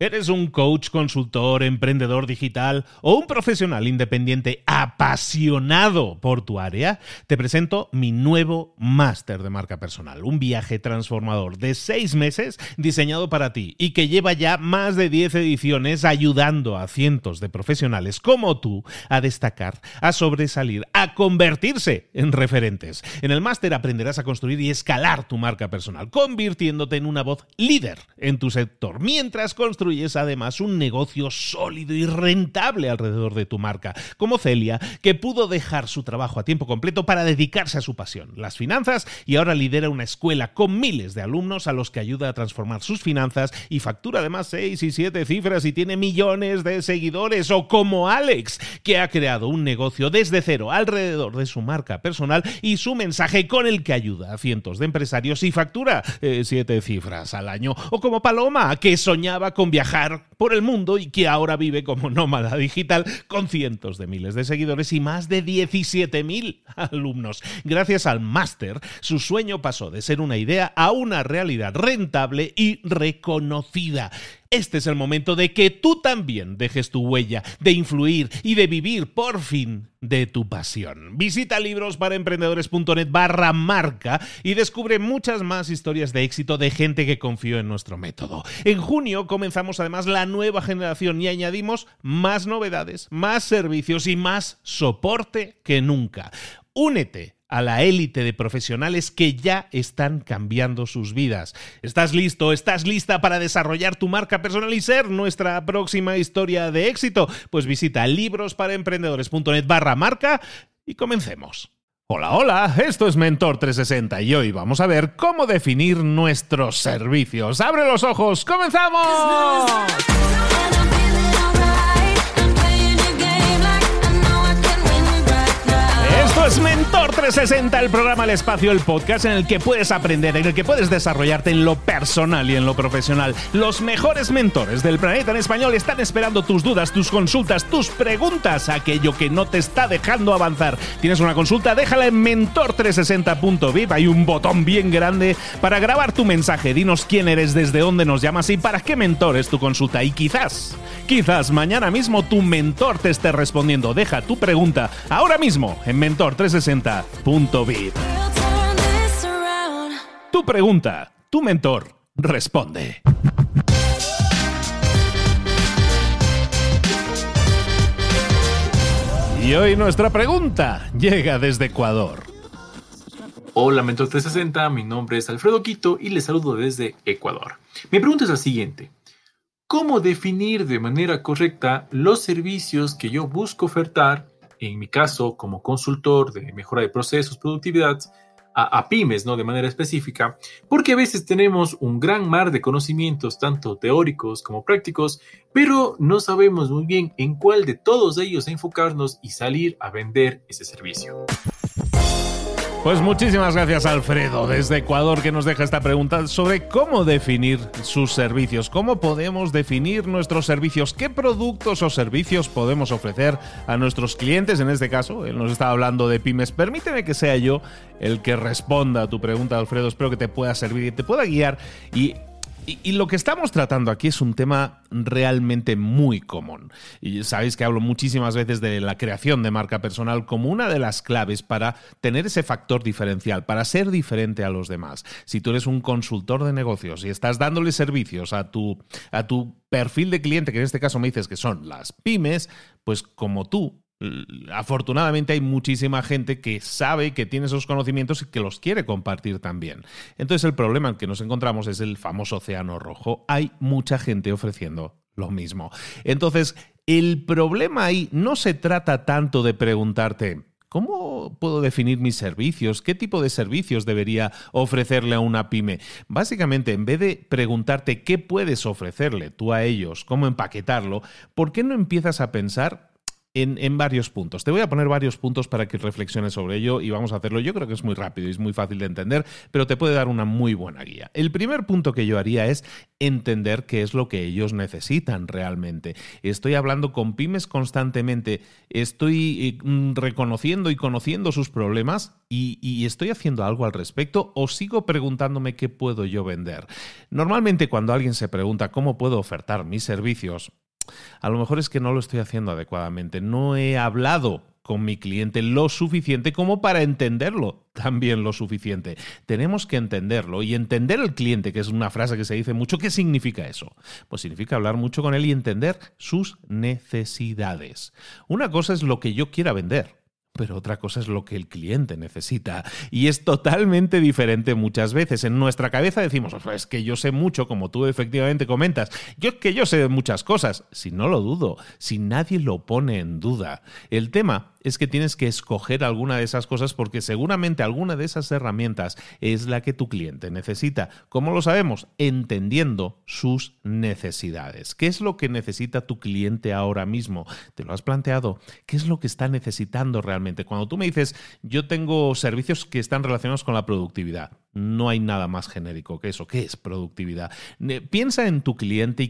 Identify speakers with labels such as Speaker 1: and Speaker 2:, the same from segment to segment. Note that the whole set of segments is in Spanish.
Speaker 1: ¿Eres un coach, consultor, emprendedor digital o un profesional independiente apasionado por tu área? Te presento mi nuevo máster de marca personal, un viaje transformador de 6 meses diseñado para ti y que lleva ya más de 10 ediciones ayudando a cientos de profesionales como tú a destacar, a sobresalir, a convertirse en referentes. En el máster aprenderás a construir y escalar tu marca personal, convirtiéndote en una voz líder en tu sector, mientras construyes además un negocio sólido y rentable alrededor de tu marca, como Celia, que pudo dejar su trabajo a tiempo completo para dedicarse a su pasión, las finanzas, y ahora lidera una escuela con miles de alumnos a los que ayuda a transformar sus finanzas y factura además 6 y 7 cifras y tiene millones de seguidores. O como Alex, que ha creado un negocio desde cero alrededor de su marca personal y su mensaje, con el que ayuda a cientos de empresarios y factura 7 cifras al año. O como Paloma, que soñaba con viajar por el mundo y que ahora vive como nómada digital con cientos de miles de seguidores y más de 17.000 alumnos. Gracias al máster, su sueño pasó de ser una idea a una realidad rentable y reconocida. Este es el momento de que tú también dejes tu huella, de influir y de vivir por fin de tu pasión. Visita librosparaemprendedores.net/marca y descubre muchas más historias de éxito de gente que confió en nuestro método. En junio comenzamos además la nueva generación y añadimos más novedades, más servicios y más soporte que nunca. Únete a la élite de profesionales que ya están cambiando sus vidas. ¿Estás listo? ¿Estás lista para desarrollar tu marca personal y ser nuestra próxima historia de éxito? Pues visita librosparaemprendedores.net/marca y comencemos. Hola, esto es Mentor 360 y hoy vamos a ver cómo definir nuestros servicios. ¡Abre los ojos! ¡Comenzamos! Esto es Mentor 360, el programa, el espacio, el podcast en el que puedes aprender, en el que puedes desarrollarte en lo personal y en lo profesional. Los mejores mentores del planeta en español están esperando tus dudas, tus consultas, tus preguntas, aquello que no te está dejando avanzar. ¿Tienes una consulta? Déjala en mentor360.vip. Hay un botón bien grande para grabar tu mensaje. Dinos quién eres, desde dónde nos llamas y para qué mentor es tu consulta. Y quizás mañana mismo tu mentor te esté respondiendo. Deja tu pregunta ahora mismo en mentor360.vip. Tu pregunta, tu mentor responde. Y hoy nuestra pregunta llega desde Ecuador.
Speaker 2: Hola Mentor 360, mi nombre es Alfredo Quito y les saludo desde Ecuador. Mi pregunta es la siguiente: ¿cómo definir de manera correcta los servicios que yo busco ofertar, en mi caso como consultor de mejora de procesos, productividad, a pymes, ¿no? De manera específica, porque a veces tenemos un gran mar de conocimientos, tanto teóricos como prácticos, pero no sabemos muy bien en cuál de todos ellos enfocarnos y salir a vender ese servicio?
Speaker 1: Pues muchísimas gracias, Alfredo, desde Ecuador, que nos deja esta pregunta sobre cómo definir sus servicios, cómo podemos definir nuestros servicios, qué productos o servicios podemos ofrecer a nuestros clientes. En este caso, él nos estaba hablando de pymes. Permíteme que sea yo el que responda a tu pregunta, Alfredo. Espero que te pueda servir y te pueda guiar. Y lo que estamos tratando aquí es un tema realmente muy común. Y sabéis que hablo muchísimas veces de la creación de marca personal como una de las claves para tener ese factor diferencial, para ser diferente a los demás. Si tú eres un consultor de negocios y estás dándole servicios a tu perfil de cliente, que en este caso me dices que son las pymes, pues como tú, afortunadamente hay muchísima gente que sabe que tiene esos conocimientos y que los quiere compartir también. Entonces el problema en que nos encontramos es el famoso océano rojo. Hay mucha gente ofreciendo lo mismo. Entonces el problema ahí no se trata tanto de preguntarte ¿cómo puedo definir mis servicios? ¿Qué tipo de servicios debería ofrecerle a una pyme? Básicamente, en vez de preguntarte qué puedes ofrecerle tú a ellos, cómo empaquetarlo, ¿por qué no empiezas a pensar en varios puntos. Te voy a poner varios puntos para que reflexiones sobre ello y vamos a hacerlo. Yo creo que es muy rápido y es muy fácil de entender, pero te puede dar una muy buena guía. El primer punto que yo haría es entender qué es lo que ellos necesitan realmente. Estoy hablando con pymes constantemente, estoy reconociendo y conociendo sus problemas y estoy haciendo algo al respecto o sigo preguntándome qué puedo yo vender. Normalmente cuando alguien se pregunta cómo puedo ofertar mis servicios, a lo mejor es que no lo estoy haciendo adecuadamente. No he hablado con mi cliente lo suficiente como para entenderlo también lo suficiente. Tenemos que entenderlo y entender al cliente, que es una frase que se dice mucho. ¿Qué significa eso? Pues significa hablar mucho con él y entender sus necesidades. Una cosa es lo que yo quiera vender, pero otra cosa es lo que el cliente necesita. Y es totalmente diferente muchas veces. En nuestra cabeza decimos, es que yo sé mucho, como tú efectivamente comentas. Yo sé muchas cosas. Si no lo dudo, si nadie lo pone en duda. El tema es que tienes que escoger alguna de esas cosas porque seguramente alguna de esas herramientas es la que tu cliente necesita. ¿Cómo lo sabemos? Entendiendo sus necesidades. ¿Qué es lo que necesita tu cliente ahora mismo? ¿Te lo has planteado? ¿Qué es lo que está necesitando realmente? Cuando tú me dices, yo tengo servicios que están relacionados con la productividad, no hay nada más genérico que eso. ¿Qué es productividad? Piensa en tu cliente y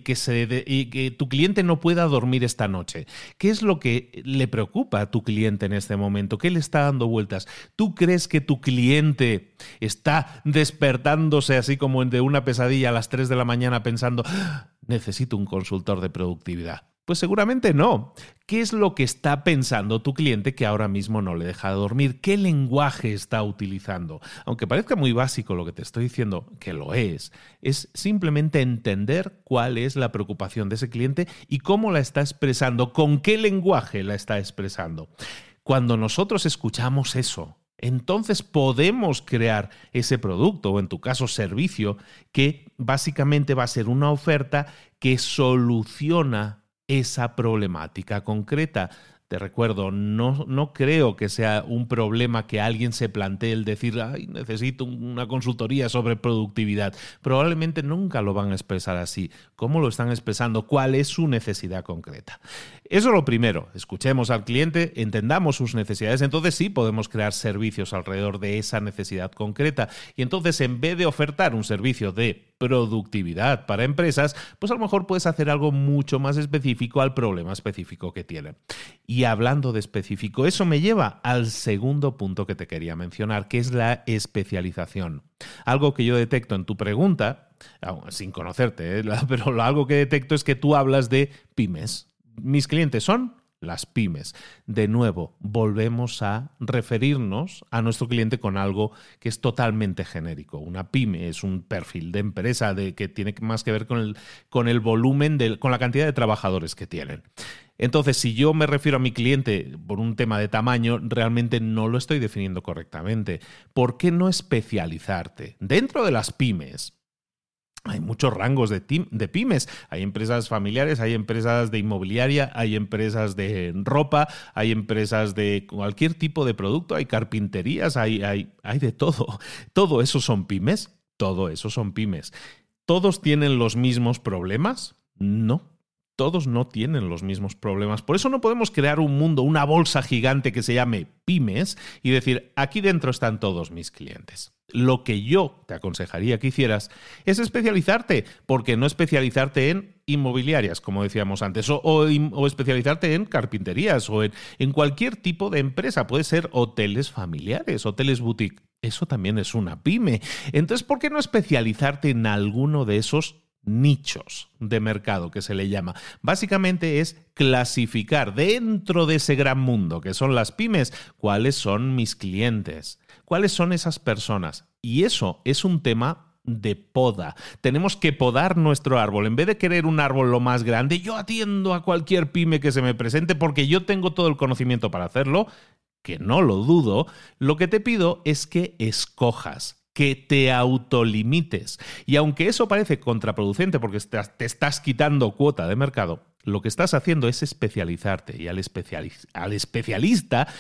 Speaker 1: que tu cliente no pueda dormir esta noche. ¿Qué es lo que le preocupa a tu cliente en este momento? ¿Qué le está dando vueltas? ¿Tú crees que tu cliente está despertándose así como de una pesadilla a las 3 de la mañana pensando, necesito un consultor de productividad? Pues seguramente no. ¿Qué es lo que está pensando tu cliente que ahora mismo no le deja dormir? ¿Qué lenguaje está utilizando? Aunque parezca muy básico lo que te estoy diciendo, que lo es simplemente entender cuál es la preocupación de ese cliente y cómo la está expresando, con qué lenguaje la está expresando. Cuando nosotros escuchamos eso, entonces podemos crear ese producto o en tu caso servicio que básicamente va a ser una oferta que soluciona esa problemática concreta. Te recuerdo, no creo que sea un problema que alguien se plantee el decir, necesito una consultoría sobre productividad. Probablemente nunca lo van a expresar así. ¿Cómo lo están expresando? ¿Cuál es su necesidad concreta? Eso es lo primero. Escuchemos al cliente, entendamos sus necesidades. Entonces sí podemos crear servicios alrededor de esa necesidad concreta. Y entonces en vez de ofertar un servicio de productividad para empresas, pues a lo mejor puedes hacer algo mucho más específico al problema específico que tienen. Y hablando de específico, eso me lleva al segundo punto que te quería mencionar, que es la especialización. Algo que yo detecto en tu pregunta, sin conocerte, pero algo que detecto es que tú hablas de pymes. Mis clientes son las pymes. De nuevo, volvemos a referirnos a nuestro cliente con algo que es totalmente genérico. Una pyme es un perfil de empresa que tiene más que ver con el volumen, con la cantidad de trabajadores que tienen. Entonces, si yo me refiero a mi cliente por un tema de tamaño, realmente no lo estoy definiendo correctamente. ¿Por qué no especializarte? Dentro de las pymes, hay muchos rangos de pymes. Hay empresas familiares, hay empresas de inmobiliaria, hay empresas de ropa, hay empresas de cualquier tipo de producto, hay carpinterías, hay de todo. ¿Todo eso son pymes? Todo eso son pymes. ¿Todos tienen los mismos problemas? No. Todos no tienen los mismos problemas. Por eso no podemos crear un mundo, una bolsa gigante que se llame pymes y decir, aquí dentro están todos mis clientes. Lo que yo te aconsejaría que hicieras es especializarte, porque no especializarte en inmobiliarias, como decíamos antes, o especializarte en carpinterías o en cualquier tipo de empresa. Puede ser hoteles familiares, hoteles boutique. Eso también es una pyme. Entonces, ¿por qué no especializarte en alguno de esos nichos de mercado que se le llama? Básicamente es clasificar dentro de ese gran mundo que son las pymes, cuáles son mis clientes, cuáles son esas personas. Y eso es un tema de poda. Tenemos que podar nuestro árbol. En vez de querer un árbol lo más grande, yo atiendo a cualquier pyme que se me presente porque yo tengo todo el conocimiento para hacerlo, que no lo dudo. Lo que te pido es que escojas, que te autolimites. Y aunque eso parece contraproducente porque te estás quitando cuota de mercado, lo que estás haciendo es especializarte. Y al especialista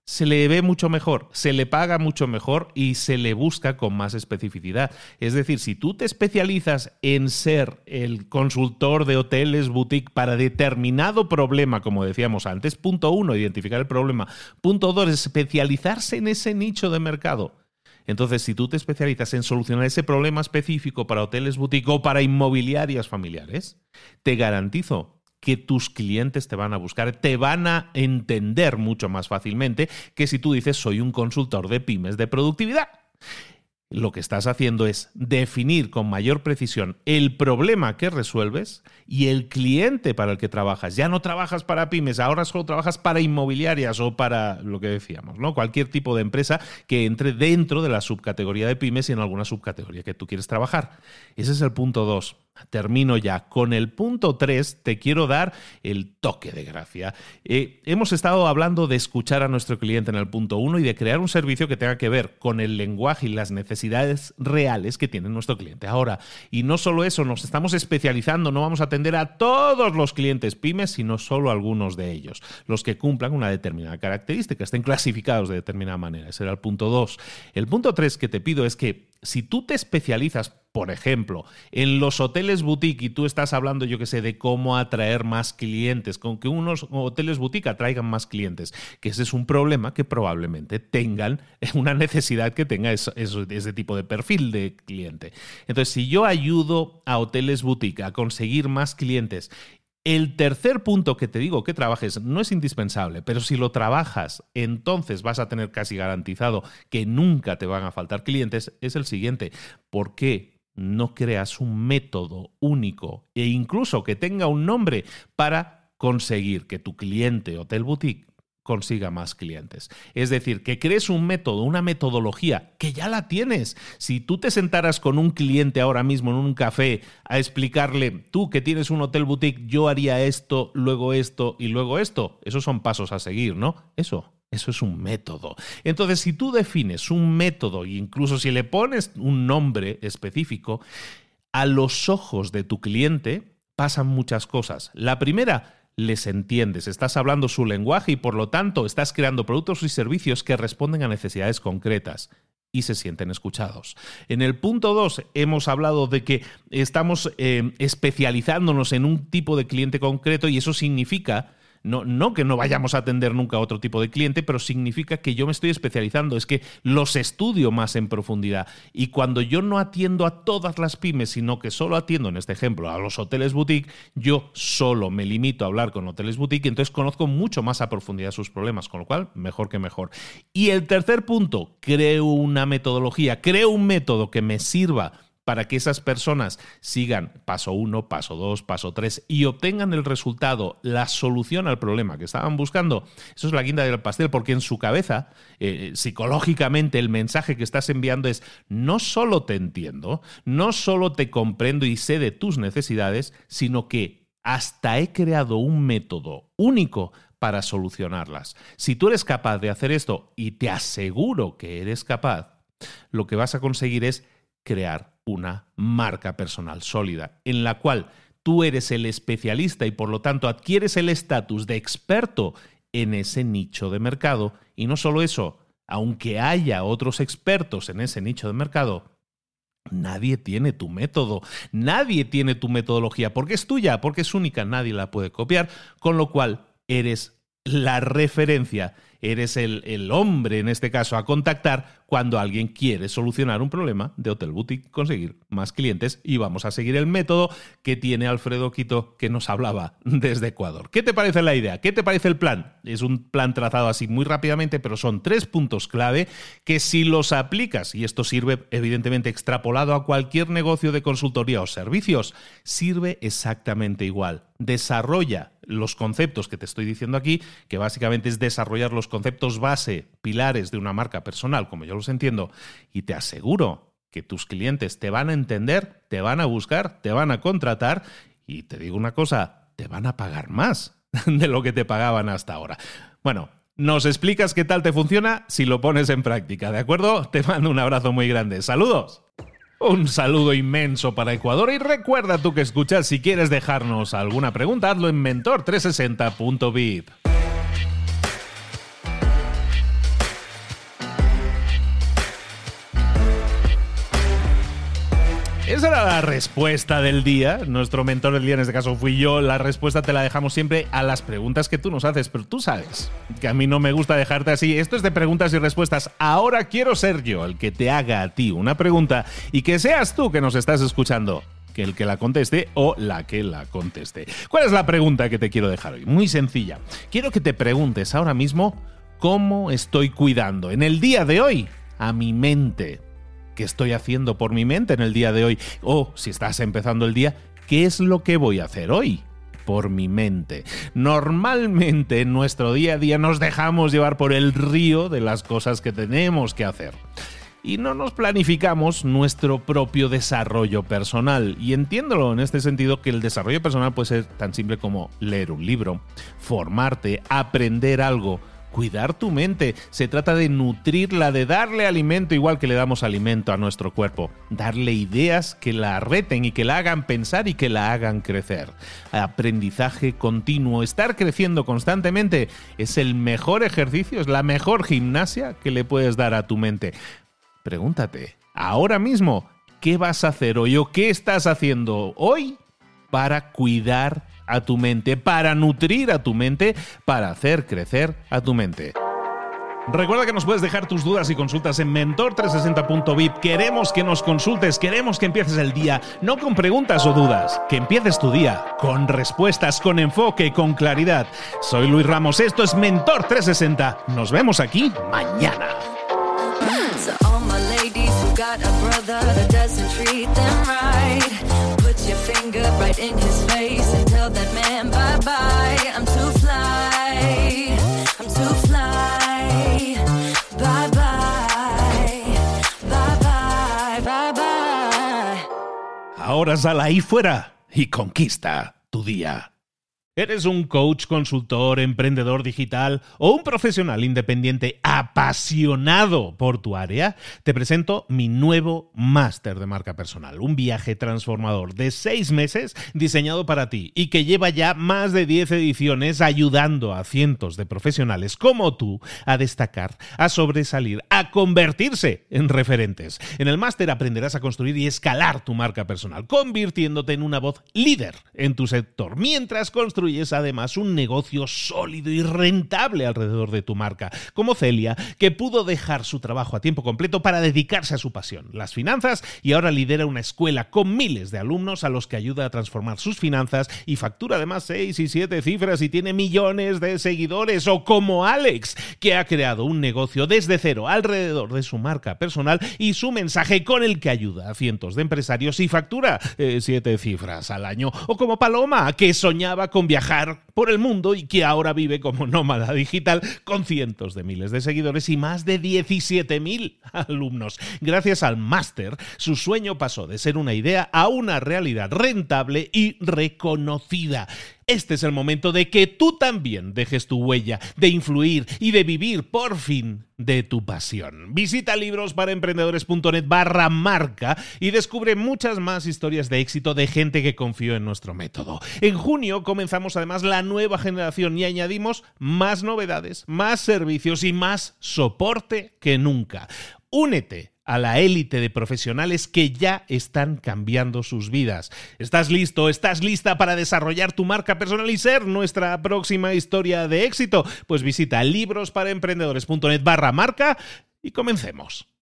Speaker 1: se le ve mucho mejor, se le paga mucho mejor y se le busca con más especificidad. Es decir, si tú te especializas en ser el consultor de hoteles boutique para determinado problema, como decíamos antes, punto 1, identificar el problema. Punto 2, especializarse en ese nicho de mercado. Entonces, si tú te especializas en solucionar ese problema específico para hoteles boutique o para inmobiliarias familiares, te garantizo que tus clientes te van a buscar, te van a entender mucho más fácilmente que si tú dices soy un consultor de pymes de productividad. Lo que estás haciendo es definir con mayor precisión el problema que resuelves y el cliente para el que trabajas. Ya no trabajas para pymes, ahora solo trabajas para inmobiliarias o para lo que decíamos, ¿no? Cualquier tipo de empresa que entre dentro de la subcategoría de pymes y en alguna subcategoría que tú quieres trabajar. Ese es el punto 2. Termino ya. Con el punto 3 te quiero dar el toque de gracia. Hemos estado hablando de escuchar a nuestro cliente en el punto 1 y de crear un servicio que tenga que ver con el lenguaje y las necesidades reales que tiene nuestro cliente ahora. Y no solo eso, nos estamos especializando, no vamos a atender a todos los clientes pymes, sino solo a algunos de ellos, los que cumplan una determinada característica, estén clasificados de determinada manera. Ese era el punto 2. El punto 3 que te pido es que si tú te especializas, por ejemplo, en los hoteles boutique y tú estás hablando, yo que sé, de cómo atraer más clientes, con que unos hoteles boutique atraigan más clientes, que ese es un problema que probablemente tengan, una necesidad que tenga ese tipo de perfil de cliente. Entonces, si yo ayudo a hoteles boutique a conseguir más clientes, el tercer punto que te digo que trabajes no es indispensable, pero si lo trabajas, entonces vas a tener casi garantizado que nunca te van a faltar clientes, es el siguiente. ¿Por qué no creas un método único e incluso que tenga un nombre para conseguir que tu cliente hotel boutique consiga más clientes? Es decir, que crees un método, una metodología que ya la tienes. Si tú te sentaras con un cliente ahora mismo en un café a explicarle, tú que tienes un hotel boutique, yo haría esto y luego esto, esos son pasos a seguir, ¿no? Eso es un método. Entonces, si tú defines un método e incluso si le pones un nombre específico, a los ojos de tu cliente pasan muchas cosas. La primera, les entiendes, estás hablando su lenguaje y por lo tanto estás creando productos y servicios que responden a necesidades concretas y se sienten escuchados. En el punto 2 hemos hablado de que estamos especializándonos en un tipo de cliente concreto y eso significa no que no vayamos a atender nunca a otro tipo de cliente, pero significa que yo me estoy especializando, es que los estudio más en profundidad. Y cuando yo no atiendo a todas las pymes, sino que solo atiendo, en este ejemplo, a los hoteles boutique, yo solo me limito a hablar con hoteles boutique y entonces conozco mucho más a profundidad sus problemas, con lo cual, mejor que mejor. Y el tercer punto, creo una metodología, creo un método que me sirva para que esas personas sigan paso 1, paso 2, paso 3 y obtengan el resultado, la solución al problema que estaban buscando. Eso es la guinda del pastel, porque en su cabeza, psicológicamente, el mensaje que estás enviando es: no solo te entiendo, no solo te comprendo y sé de tus necesidades, sino que hasta he creado un método único para solucionarlas. Si tú eres capaz de hacer esto, y te aseguro que eres capaz, lo que vas a conseguir es crear una marca personal sólida en la cual tú eres el especialista y por lo tanto adquieres el estatus de experto en ese nicho de mercado. Y no solo eso, aunque haya otros expertos en ese nicho de mercado, nadie tiene tu método, nadie tiene tu metodología porque es tuya, porque es única, nadie la puede copiar, con lo cual eres la referencia, eres el hombre en este caso a contactar cuando alguien quiere solucionar un problema de hotel boutique, conseguir más clientes, y vamos a seguir el método que tiene Alfredo Quito, que nos hablaba desde Ecuador. ¿Qué te parece la idea? ¿Qué te parece el plan? Es un plan trazado así muy rápidamente, pero son 3 puntos clave que si los aplicas, y esto sirve evidentemente extrapolado a cualquier negocio de consultoría o servicios, sirve exactamente igual. Desarrolla los conceptos que te estoy diciendo aquí, que básicamente es desarrollar los conceptos base, pilares de una marca personal, como yo los entiendo, y te aseguro que tus clientes te van a entender, te van a buscar, te van a contratar y te digo una cosa, te van a pagar más de lo que te pagaban hasta ahora. Bueno, nos explicas qué tal te funciona si lo pones en práctica, ¿de acuerdo? Te mando un abrazo muy grande. ¡Saludos! Un saludo inmenso para Ecuador y recuerda tú que escuchas, si quieres dejarnos alguna pregunta, hazlo en mentor360.vip. ¿Cuál será la respuesta del día? Nuestro mentor del día, en este caso fui yo. La respuesta te la dejamos siempre a las preguntas que tú nos haces, pero tú sabes que a mí no me gusta dejarte así. Esto es de preguntas y respuestas. Ahora quiero ser yo el que te haga a ti una pregunta y que seas tú que nos estás escuchando que el que la conteste o la que la conteste. ¿Cuál es la pregunta que te quiero dejar hoy? Muy sencilla. Quiero que te preguntes ahora mismo cómo estoy cuidando en el día de hoy a mi mente. ¿Qué estoy haciendo por mi mente en el día de hoy? O, si estás empezando el día, ¿qué es lo que voy a hacer hoy por mi mente? Normalmente en nuestro día a día nos dejamos llevar por el río de las cosas que tenemos que hacer. Y no nos planificamos nuestro propio desarrollo personal. Y entiéndolo en este sentido que el desarrollo personal puede ser tan simple como leer un libro, formarte, aprender algo, cuidar tu mente. Se trata de nutrirla, de darle alimento igual que le damos alimento a nuestro cuerpo. Darle ideas que la reten y que la hagan pensar y que la hagan crecer. Aprendizaje continuo, estar creciendo constantemente es el mejor ejercicio, es la mejor gimnasia que le puedes dar a tu mente. Pregúntate, ahora mismo, ¿qué vas a hacer hoy o qué estás haciendo hoy para cuidar a tu mente, para nutrir a tu mente, para hacer crecer a tu mente? Recuerda que nos puedes dejar tus dudas y consultas en mentor360.vip. Queremos que nos consultes, queremos que empieces el día, no con preguntas o dudas, que empieces tu día con respuestas, con enfoque, con claridad. Soy Luis Ramos, esto es Mentor 360. Nos vemos aquí mañana.
Speaker 3: Got a brother that doesn't treat them right. Put your finger right in his face and tell that man bye-bye. I'm too fly, I'm too fly. Bye-bye, bye-bye, bye-bye.
Speaker 1: Ahora sal ahí fuera y conquista tu día. ¿Eres un coach, consultor, emprendedor digital o un profesional independiente apasionado por tu área? Te presento mi nuevo máster de marca personal, un viaje transformador de 6 meses diseñado para ti y que lleva ya más de 10 ediciones ayudando a cientos de profesionales como tú a destacar, a sobresalir, a convertirse en referentes. En el máster aprenderás a construir y escalar tu marca personal, convirtiéndote en una voz líder en tu sector, mientras construyes además un negocio sólido y rentable alrededor de tu marca, como Celia, que pudo dejar su trabajo a tiempo completo para dedicarse a su pasión, las finanzas, y ahora lidera una escuela con miles de alumnos a los que ayuda a transformar sus finanzas y factura además 6 y 7 cifras y tiene millones de seguidores, o como Alex, que ha creado un negocio desde cero alrededor de su marca personal y su mensaje con el que ayuda a cientos de empresarios y factura 7 cifras al año, o como Paloma, que soñaba con viajar por el mundo y que ahora vive como nómada digital con cientos de miles de seguidores y más de 17.000 alumnos. Gracias al máster, su sueño pasó de ser una idea a una realidad rentable y reconocida. Este es el momento de que tú también dejes tu huella, de influir y de vivir por fin de tu pasión. Visita librosparaemprendedores.net/marca y descubre muchas más historias de éxito de gente que confió en nuestro método. En junio comenzamos además la nueva generación y añadimos más novedades, más servicios y más soporte que nunca. Únete a la élite de profesionales que ya están cambiando sus vidas. ¿Estás listo? ¿Estás lista para desarrollar tu marca personal y ser nuestra próxima historia de éxito? Pues visita librosparaemprendedores.net/marca y comencemos.